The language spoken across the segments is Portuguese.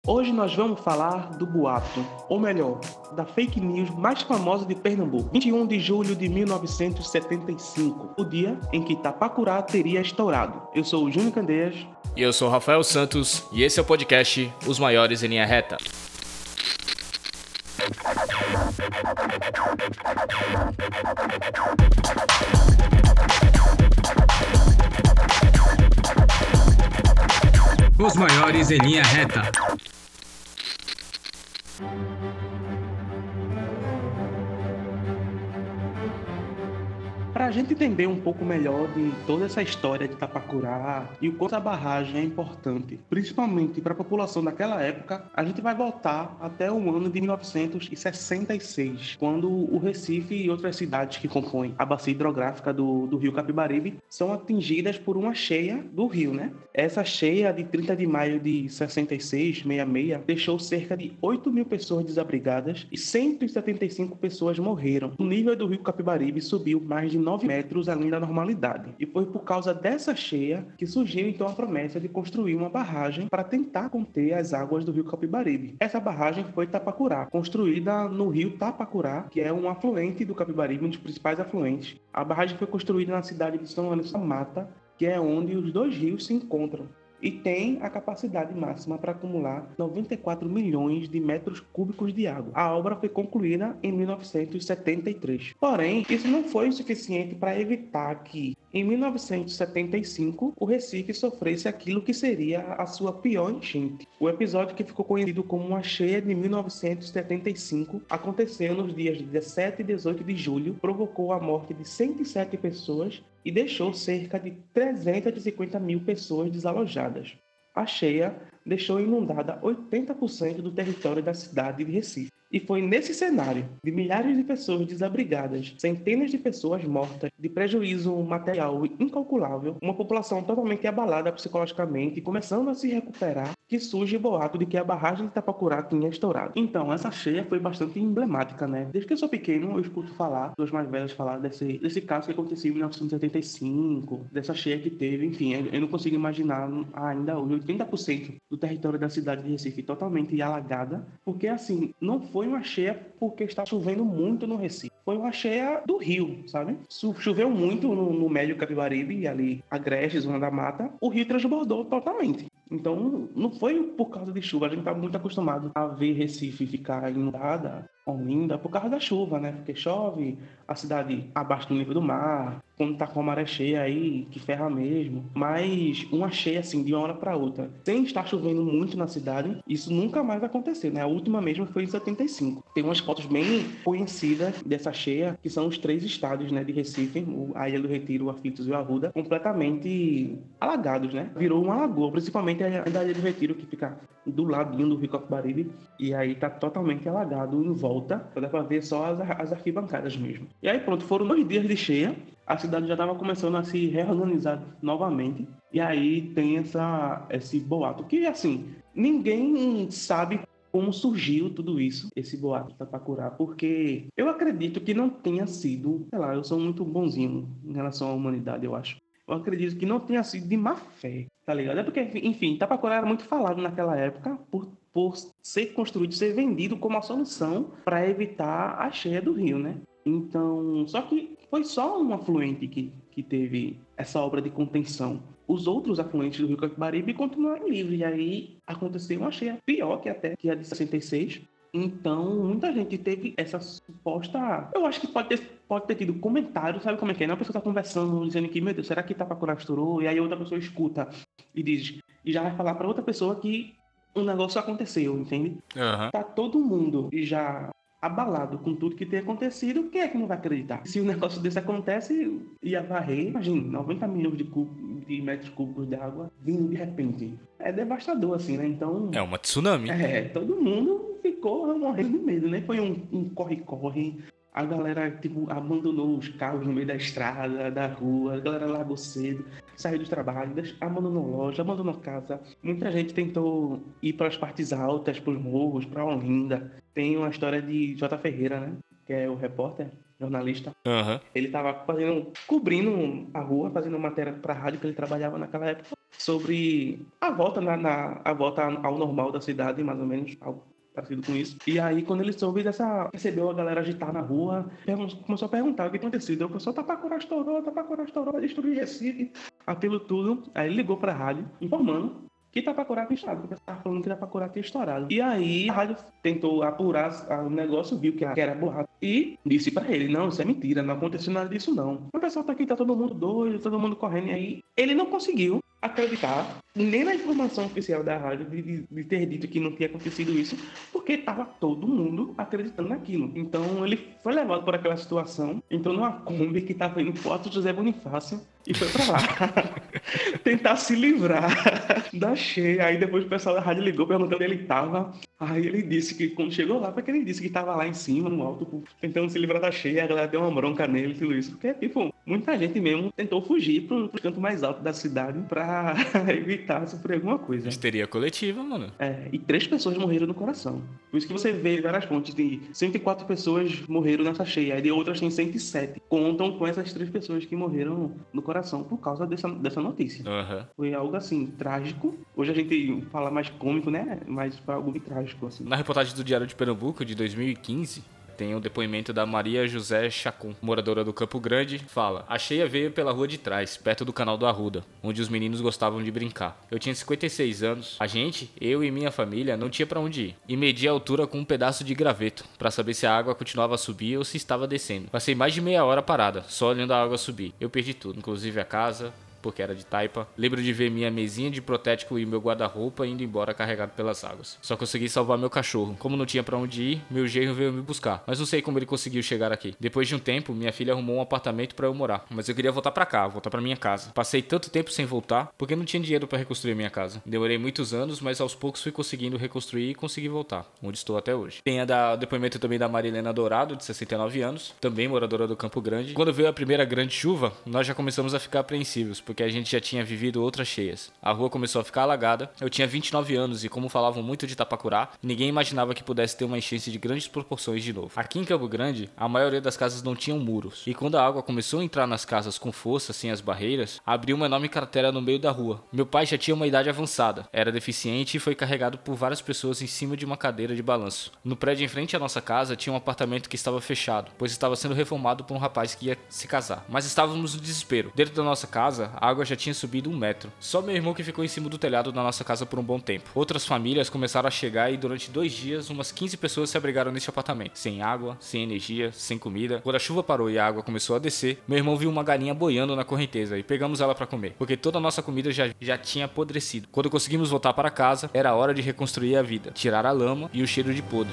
Hoje nós vamos falar do boato, ou melhor, da fake news mais famosa de Pernambuco. 21 de julho de 1975, o dia em que Itapacurá teria estourado. Eu sou o Júnior Candeias. E eu sou o Rafael Santos, e esse é o podcast Os Maiores em Linha Reta. Os Maiores em Linha Reta. Para a gente entender um pouco melhor de toda essa história de Itapacurá e o quanto a barragem é importante, principalmente para a população daquela época, a gente vai voltar até o ano de 1966, quando o Recife e outras cidades que compõem a bacia hidrográfica do rio Capibaribe são atingidas por uma cheia do rio, né? Essa cheia de 30 de maio de 66, deixou cerca de 8 mil pessoas desabrigadas e 175 pessoas morreram. O nível do rio Capibaribe subiu mais de 9 metros além da normalidade. E foi por causa dessa cheia que surgiu então a promessa de construir uma barragem para tentar conter as águas do rio Capibaribe. Essa barragem foi Itapacurá, construída no rio Tapacurá, que é um afluente do Capibaribe, um dos principais afluentes. A barragem foi construída na cidade de São Lourenço da Mata, que é onde os dois rios se encontram, e tem a capacidade máxima para acumular 94 milhões de metros cúbicos de água. A obra foi concluída em 1973. Porém, isso não foi o suficiente para evitar que, em 1975, o Recife sofresse aquilo que seria a sua pior enchente. O episódio, que ficou conhecido como a cheia de 1975, aconteceu nos dias 17 e 18 de julho, provocou a morte de 107 pessoas e deixou cerca de 350 mil pessoas desalojadas. A cheia deixou inundada 80% do território da cidade de Recife. E foi nesse cenário de milhares de pessoas desabrigadas, centenas de pessoas mortas, de prejuízo material incalculável, uma população totalmente abalada psicologicamente e começando a se recuperar, que surge o boato de que a barragem de Itapacurá tinha estourado. Então, essa cheia foi bastante emblemática, né? Desde que eu sou pequeno, eu escuto falar, dos mais velhos falar desse caso que aconteceu em 1975, dessa cheia que teve, enfim, eu não consigo imaginar ainda hoje 80% do território da cidade de Recife totalmente alagada, porque assim, não foi uma cheia porque está chovendo muito no Recife, foi uma cheia do rio, sabe? Choveu muito no Médio Capibaribe, ali Agreste, Zona da Mata, o rio transbordou totalmente. Então, não foi por causa de chuva. A gente está muito acostumado a ver Recife ficar inundada, linda, por causa da chuva, né? Porque chove, a cidade abaixo do nível do mar, quando tá com a maré cheia aí, que ferra mesmo. Mas uma cheia assim, de uma hora para outra, sem estar chovendo muito na cidade, isso nunca mais aconteceu, né? A última mesmo foi em 75. Tem umas fotos bem conhecidas dessa cheia, que são os 3 estados, né, de Recife, a Ilha do Retiro, o Aflitos e o Arruda, completamente alagados, né? Virou uma lagoa, principalmente a da Ilha do Retiro, que fica do ladinho do rio Capibaribe, e aí tá totalmente alagado em volta, dá pra ver só as arquibancadas mesmo. E aí pronto, foram 2 dias de cheia, a cidade já estava começando a se reorganizar novamente, e aí tem esse boato, que assim, ninguém sabe como surgiu tudo isso, esse boato de Itapacurá, porque eu acredito que não tenha sido, sei lá, eu sou muito bonzinho em relação à humanidade, eu acho. Eu acredito que não tenha sido de má fé, tá ligado? É porque, enfim, Itapacurá era muito falado naquela época por ser construído, ser vendido como a solução para evitar a cheia do rio, né? Então, só que foi só um afluente que teve essa obra de contenção. Os outros afluentes do rio Capibaribe continuaram livres, e aí aconteceu uma cheia pior que a de 66. Então, muita gente teve essa suposta... Eu acho que pode ter tido comentário, sabe como é que é? Uma pessoa tá conversando, dizendo que, meu Deus, será que Itapacurá estourou? E aí outra pessoa escuta e diz... E já vai falar para outra pessoa que um negócio aconteceu, entende? Uhum. Tá todo mundo já abalado com tudo que tem acontecido, quem é que não vai acreditar? Se um negócio desse acontece, ia varrer, imagina, 90 milhões de metros cúbicos de água vindo de repente. É devastador, assim, né? Então... É uma tsunami. todo mundo ficou morrendo de medo, né? Foi um corre-corre. A galera, tipo, abandonou os carros no meio da estrada, da rua. A galera largou cedo, saiu do trabalho, abandonou loja, abandonou casa. Muita gente tentou ir para as partes altas, para os morros, para Olinda. Tem uma história de J. Ferreira, né? Que é o repórter, jornalista. Uhum. Ele estava cobrindo a rua, fazendo matéria para a rádio que ele trabalhava naquela época. sobre a volta, a volta ao normal da cidade, mais ou menos, algo parecido com isso. E aí, quando ele soube percebeu a galera agitar na rua, começou a perguntar o que tinha acontecido. O pessoal, Tapacurá estourou, vai destruir Recife, aquilo tudo. Aí ele ligou pra rádio, informando que Tapacurá tinha estourado, porque estava falando que Tapacurá tinha estourado. E aí a rádio tentou apurar o negócio, viu que era boato, e disse pra ele, não, isso é mentira, não aconteceu nada disso não. O pessoal tá aqui, tá todo mundo doido, todo mundo correndo, e aí ele não conseguiu acreditar nem na informação oficial da rádio de ter dito que não tinha acontecido isso, porque estava todo mundo acreditando naquilo. Então ele foi levado por aquela situação, entrou numa Kombi que estava indo pro Alto José Bonifácio e foi pra lá tentar se livrar da cheia. Aí depois o pessoal da rádio ligou perguntando onde ele estava. Aí ele disse que quando chegou lá, foi que ele disse que estava lá em cima, no alto, tentando se livrar da cheia. A galera deu uma bronca nele e tudo isso. Porque, tipo, muita gente mesmo tentou fugir pro canto mais alto da cidade pra evitar sofrer alguma coisa. Histeria coletiva, mano. E 3 pessoas morreram no coração. Por isso que você vê várias fontes de 104 pessoas morreram nessa cheia, e de outras tem 107. Contam com essas 3 pessoas que morreram no coração por causa dessa notícia. Uhum. Foi algo assim, trágico. Hoje a gente fala mais cômico, né? Mas foi algo bem trágico, assim. Na reportagem do Diário de Pernambuco, de 2015... tem o depoimento da Maria José Chacum, moradora do Campo Grande, fala: a cheia veio pela rua de trás, perto do canal do Arruda, onde os meninos gostavam de brincar. Eu tinha 56 anos, eu e minha família, não tinha pra onde ir, e medi a altura com um pedaço de graveto, pra saber se a água continuava a subir ou se estava descendo. Passei mais de meia hora parada, só olhando a água subir. Eu perdi tudo, inclusive a casa, porque era de taipa. Lembro de ver minha mesinha de protético e meu guarda-roupa indo embora carregado pelas águas. Só consegui salvar meu cachorro. Como não tinha pra onde ir, meu genro veio me buscar, mas não sei como ele conseguiu chegar aqui. Depois de um tempo, minha filha arrumou um apartamento pra eu morar, mas eu queria voltar pra cá, voltar pra minha casa. Passei tanto tempo sem voltar, porque não tinha dinheiro pra reconstruir minha casa. Demorei muitos anos, mas aos poucos fui conseguindo reconstruir e consegui voltar, onde estou até hoje. Tem o depoimento também da Marilena Dourado, de 69 anos, também moradora do Campo Grande. Quando veio a primeira grande chuva, nós já começamos a ficar apreensivos, porque a gente já tinha vivido outras cheias. A rua começou a ficar alagada. Eu tinha 29 anos e, como falavam muito de Tapacurá, ninguém imaginava que pudesse ter uma enchente de grandes proporções de novo. Aqui em Campo Grande, a maioria das casas não tinham muros, e quando a água começou a entrar nas casas com força, sem as barreiras, abriu uma enorme cratera no meio da rua. Meu pai já tinha uma idade avançada, era deficiente e foi carregado por várias pessoas em cima de uma cadeira de balanço. No prédio em frente à nossa casa tinha um apartamento que estava fechado, pois estava sendo reformado por um rapaz que ia se casar. Mas estávamos no desespero. Dentro da nossa casa, a água já tinha subido 1 metro. Só meu irmão que ficou em cima do telhado da nossa casa por um bom tempo. Outras famílias começaram a chegar e durante 2 dias umas 15 pessoas se abrigaram nesse apartamento. Sem água, sem energia, sem comida. Quando a chuva parou e a água começou a descer, meu irmão viu uma galinha boiando na correnteza e pegamos ela para comer, porque toda a nossa comida já tinha apodrecido. Quando conseguimos voltar para casa, era hora de reconstruir a vida, tirar a lama e o cheiro de podre.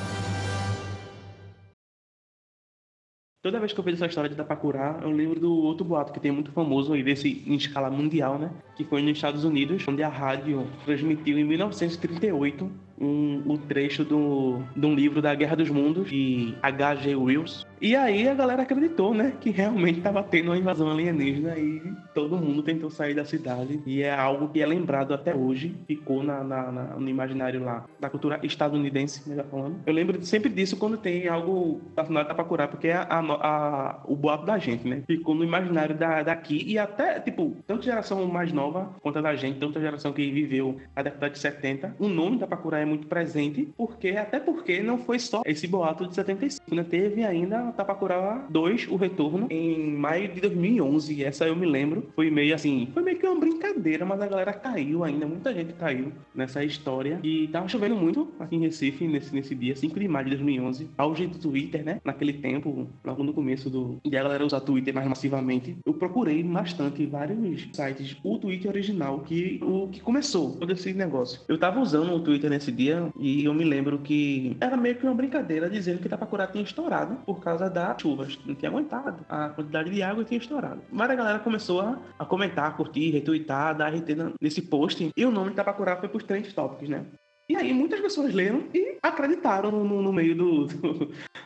Toda vez que eu vejo essa história de Tapacurá, eu lembro do outro boato que tem muito famoso aí desse em escala mundial, né? Que foi nos Estados Unidos, onde a rádio transmitiu em 1938 o trecho de um livro da Guerra dos Mundos, de H.G. Wells. E aí a galera acreditou, né? Que realmente estava tendo uma invasão alienígena e todo mundo tentou sair da cidade. E é algo que é lembrado até hoje, ficou no imaginário lá, da cultura estadunidense, melhor falando. Eu lembro sempre disso quando tem algo relacionado a Tapacurá, porque é o boato da gente, né? Ficou no imaginário daqui e até, tipo, tanto geração mais nova quanto a da gente, tanto a geração que viveu a década de 70, o nome Tapacurá é muito presente, até porque não foi só esse boato de 75, né? Teve ainda Tapacurá 2, o retorno, em maio de 2011, essa eu me lembro, foi meio que uma brincadeira, mas a galera caiu ainda, muita gente caiu nessa história, e tava chovendo muito aqui em Recife, nesse dia, 5 de maio de 2011, auge do Twitter, né? Naquele tempo, logo no começo de a galera usar Twitter mais massivamente, eu procurei bastante vários sites, o Twitter original, o que começou todo esse negócio. Eu tava usando o Twitter nesse dia e eu me lembro que era meio que uma brincadeira dizendo que Tapacurá tinha estourado por causa das chuvas, não tinha aguentado a quantidade de água e tinha estourado. Mas a galera começou a comentar, curtir, retweetar, dar RT nesse post, e o nome de Tapacurá foi pros trend topics, né? E aí muitas pessoas leram e acreditaram no meio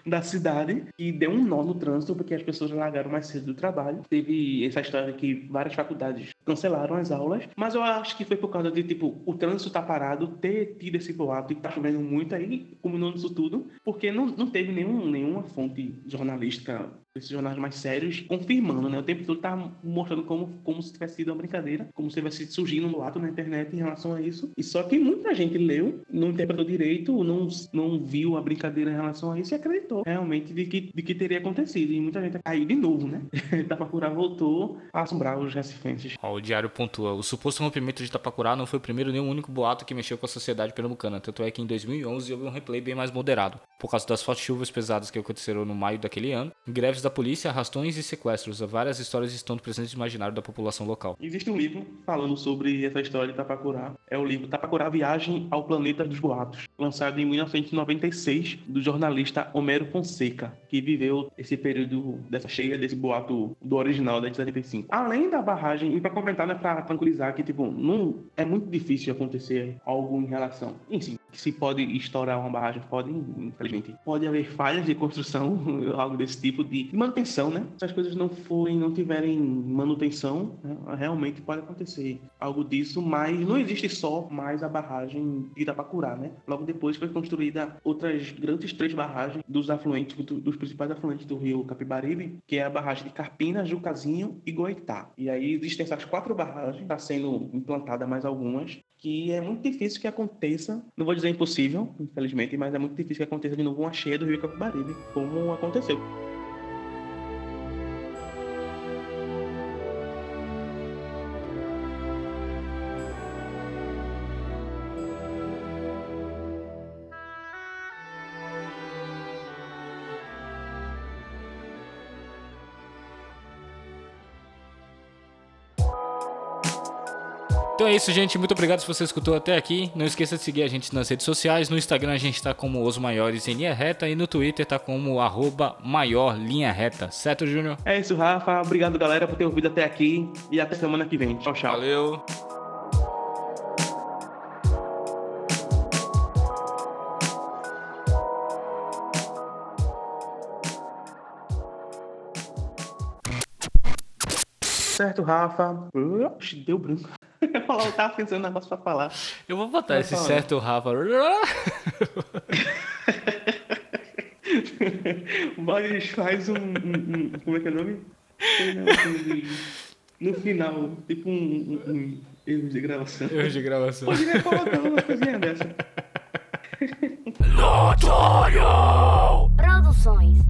da cidade e deu um nó no trânsito porque as pessoas largaram mais cedo do trabalho. Teve essa história que várias faculdades cancelaram as aulas, mas eu acho que foi por causa de, tipo, o trânsito tá parado, ter tido esse boato e tá chovendo muito aí, culminou nisso tudo, porque não teve nenhuma fonte jornalística, esses jornais mais sérios, confirmando, né? O tempo todo tá mostrando como se tivesse sido uma brincadeira, como se tivesse surgindo um boato na internet em relação a isso. E só que muita gente leu, não interpretou direito, não viu a brincadeira em relação a isso e acreditou realmente de que teria acontecido. E muita gente caiu de novo, né? Itapacurá voltou a assombrar os recifenses. Ó, o Diário pontua: o suposto rompimento de Itapacurá não foi o primeiro nem o único boato que mexeu com a sociedade pernambucana. Tanto é que em 2011 houve um replay bem mais moderado, por causa das fortes chuvas pesadas que aconteceram no maio daquele ano, greves da polícia, arrastões e sequestros. Várias histórias estão presentes no imaginário da população local. Existe um livro falando sobre essa história de Itapacurá. É o livro Itapacurá Viagem ao Planeta dos Boatos, lançado em 1996, do jornalista Homero Fonseca, que viveu esse período dessa cheia, desse boato do original da 75. Além da barragem, e para completar, né, para tranquilizar que, tipo, não é muito difícil acontecer algo em relação. Enfim, se pode estourar uma barragem, pode, infelizmente. Pode haver falhas de construção, algo desse tipo, de manutenção, né? Se as coisas não tiverem manutenção, né, realmente pode acontecer algo disso, mas não existe só mais a barragem de Itapacurá, né? Logo depois foi construída outras grandes 3 barragens dos afluentes, dos principais afluentes do rio Capibaribe, que é a barragem de Carpina, Jucazinho e Goitá. E aí existem essas 4 barragens, está sendo implantada mais algumas, que é muito difícil que aconteça, não vou dizer impossível, infelizmente, mas é muito difícil que aconteça de novo uma cheia do rio Capibaribe, como aconteceu. Então é isso, gente. Muito obrigado se você escutou até aqui. Não esqueça de seguir a gente nas redes sociais. No Instagram a gente tá como Os Maiores em Linha Reta e no Twitter tá como @maior linha reta. Certo, Júnior? É isso, Rafa. Obrigado, galera, por ter ouvido até aqui e até semana que vem. Tchau, tchau. Valeu. Certo, Rafa. Oxi, deu branco. Eu tava pensando um negócio pra falar. Eu vou botar esse falar. certo, Rafa. Mas faz como é que é o nome? No final, tipo um erro de gravação. Erro de gravação. Poderia colocar uma coisinha dessa. Produções.